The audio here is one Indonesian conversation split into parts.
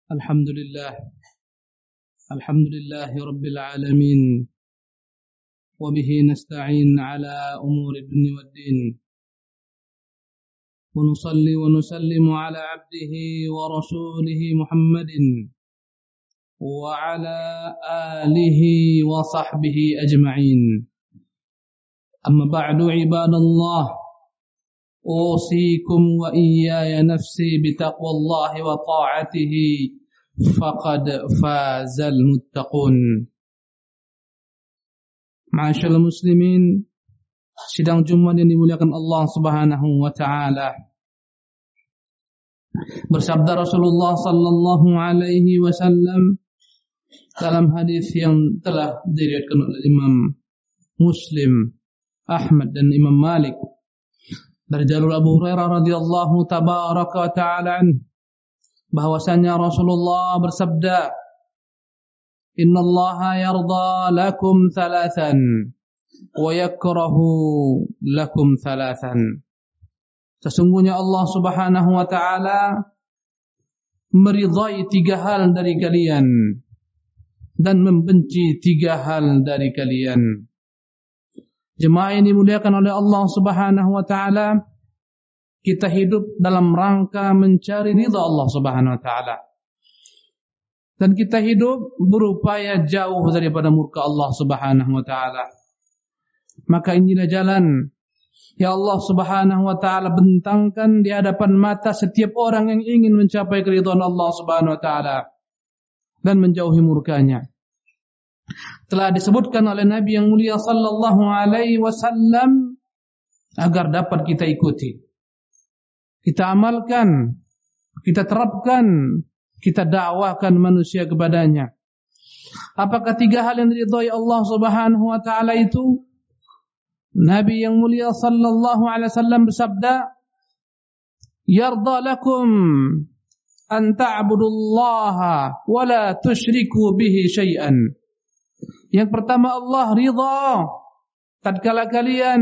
الحمد لله رب العالمين وبه نستعين على أمور الدنيا والدين ونصلي ونسلم على عبده ورسوله محمد وعلى آله وصحبه أجمعين أما بعد عباد الله أوصيكم وإياي نفسي بتقوى الله وطاعته فقد فاز المتقون. Ma'asyiral muslimin, sidang Jumat yang dimuliakan Allah Subhanahu wa taala. Bersabda Rasulullah sallallahu alaihi wasallam dalam hadis yang telah diriwayatkan oleh Imam Muslim, Ahmad dan Imam Malik dari jalur Abu Hurairah radhiyallahu tabaraka wa ta'ala anhu, bahwasanya Rasulullah bersabda, "Innallaha yarda lakum thalathan wa yakrahu lakum thalathan." Sesungguhnya Allah Subhanahu wa taala meridai 3 hal dari kalian dan membenci 3 hal dari kalian. Jemaah yang dimuliakan oleh Allah Subhanahu wa taala, kita hidup dalam rangka mencari ridha Allah Subhanahu wa taala. Dan kita hidup berupaya jauh daripada murka Allah Subhanahu wa taala. Maka inilah jalan ya Allah Subhanahu wa taala bentangkan di hadapan mata setiap orang yang ingin mencapai keridhaan Allah Subhanahu wa taala dan menjauhi murkanya. Telah disebutkan oleh Nabi yang mulia sallallahu alaihi wasallam agar dapat kita ikuti, kita amalkan, kita terapkan, kita dakwahkan manusia kepadanya. Apakah 3 hal yang diridhai Allah Subhanahu wa taala itu? Nabi yang mulia sallallahu alaihi wasallam bersabda, "Yarda lakum an ta'budullaha wa la tusyriku bihi syai'an." Yang pertama, Allah ridha tatkala kalian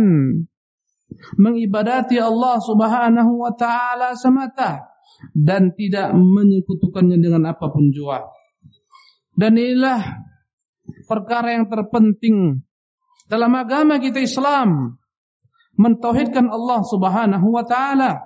mengibadati Allah Subhanahu wa taala semata dan tidak menyekutukannya dengan apapun jua. Dan inilah perkara yang terpenting dalam agama kita Islam, mentauhidkan Allah Subhanahu wa taala.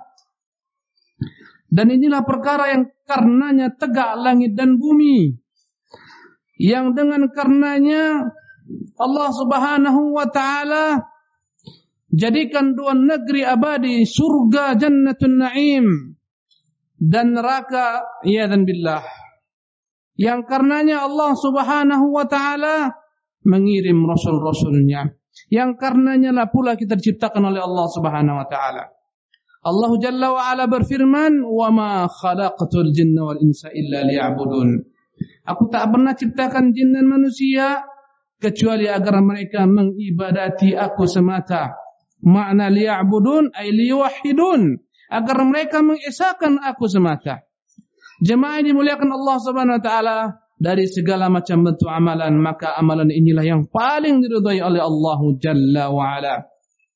Dan inilah perkara yang karenanya tegak langit dan bumi, yang dengan karenanya Allah Subhanahu wa taala jadikan 2 negeri abadi, surga Jannatun Naim dan neraka iyadzan billah, yang karenanya Allah Subhanahu wa taala mengirim rasul-rasulnya, yang karenanya lah pula kita diciptakan oleh Allah Subhanahu wa taala. Allah Jalla wa Ala berfirman, "Wa ma khalaqtul jinna wal insa illa liya'budun." Aku tak pernah ciptakan jin dan manusia kecuali agar mereka mengibadati aku semata. Makna liya'budun ay liyuwahhidun, agar mereka mengesahkan aku semata. Jemaah yang dimuliakan Allah Subhanahu wa taala, dari segala macam bentuk amalan, maka amalan inilah yang paling diridhai oleh Allah Jalla wa Ala.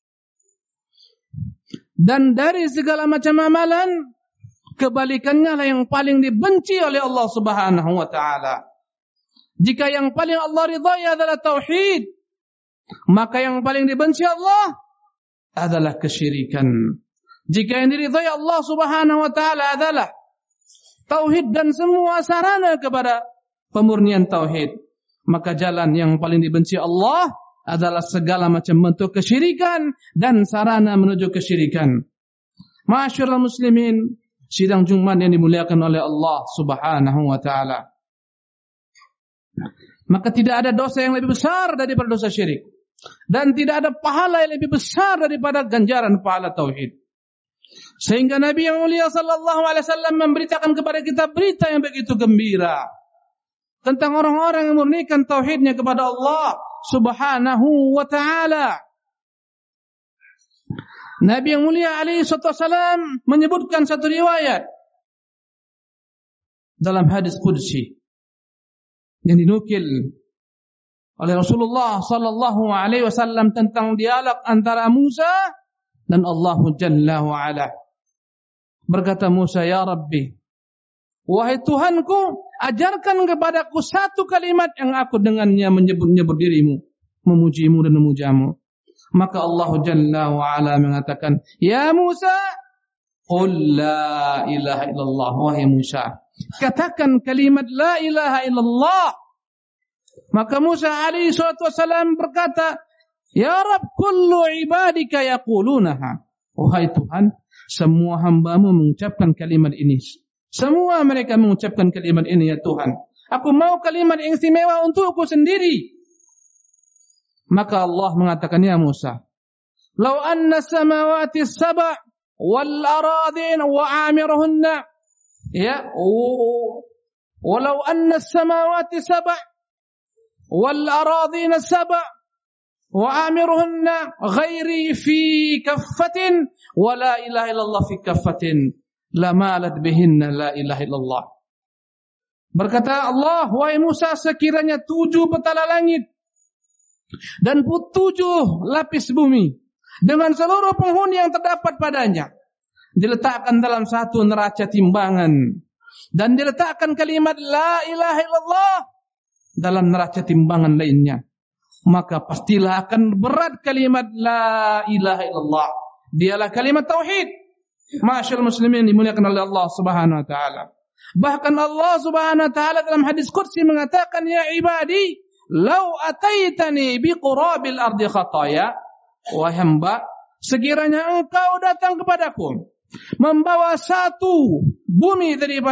Dan dari segala macam amalan, kebalikannya lah yang paling dibenci oleh Allah Subhanahu wa taala. Jika yang paling Allah ridhai adalah tauhid, maka yang paling dibenci Allah adalah kesyirikan. Jika yang diridhai Allah Subhanahu wa taala adalah tauhid dan semua sarana kepada pemurnian tauhid, maka jalan yang paling dibenci Allah adalah segala macam bentuk kesyirikan dan sarana menuju kesyirikan. Ma'asyiral muslimin, sidang Jumat yang dimuliakan oleh Allah Subhanahu wa taala, maka tidak ada dosa yang lebih besar daripada dosa syirik, dan tidak ada pahala yang lebih besar daripada ganjaran pahala tauhid. Sehingga Nabi yang mulia sallallahu alaihi wasallam memberitakan kepada kita berita yang begitu gembira tentang orang-orang yang murnikan tauhidnya kepada Allah Subhanahu wa taala. Nabi yang mulia alaihi wasallam menyebutkan satu riwayat dalam hadis qudsi yang dinukil oleh Rasulullah sallallahu alaihi wasallam tentang dialog antara Musa dan Allah Jalla wa Ala. Berkata Musa, "Ya Rabbi, Wahai Tuhanku, ajarkan kepadaku satu kalimat yang aku dengannya menyebut-nyebut dirimu, memujimu dan memujamu. Maka Allah Jalla wa'ala mengatakan, Ya Musa, qul la ilaha illallah. Wahai Musa, katakan kalimat la ilaha illallah. Maka Musa alaihi salatu wasalam berkata, Ya Rabb, kullu ibadika yaqulunaha. Wahai Tuhan, semua hamba-Mu mengucapkan kalimat ini. Semua mereka mengucapkan kalimat ini, ya Tuhan. Aku mau kalimat yang istimewa untukku sendiri. Maka Allah mengatakan, Ya Musa, Lau anna samawati saba' wal aradin wa amiruhunna. Ya, walau anna samawati saba' wal aradin saba' wa amiruhunna ghairi fi kaffatin wa la ilaha illallah fi kaffatin lamalat bihinna la ilaha illallah. Berkata Allah, wahai Musa, sekiranya 7 petala langit dan 7 lapis bumi dengan seluruh penghuni yang terdapat padanya diletakkan dalam satu neraca timbangan dan diletakkan kalimat la ilaha illallah dalam neraca timbangan lainnya, maka pastilah akan berat kalimat la ilaha illallah. Dialah kalimat tauhid. Ma'asyiral muslimin dimuliakan oleh Allah Subhanahu wa taala. Bahkan Allah Subhanahu wa taala dalam hadis qudsi mengatakan, Ya ibadi, lau ataitani biqurabil ardi khataya. Wahai hamba, sekiranya engkau datang kepadaku membawa satu bumi daripada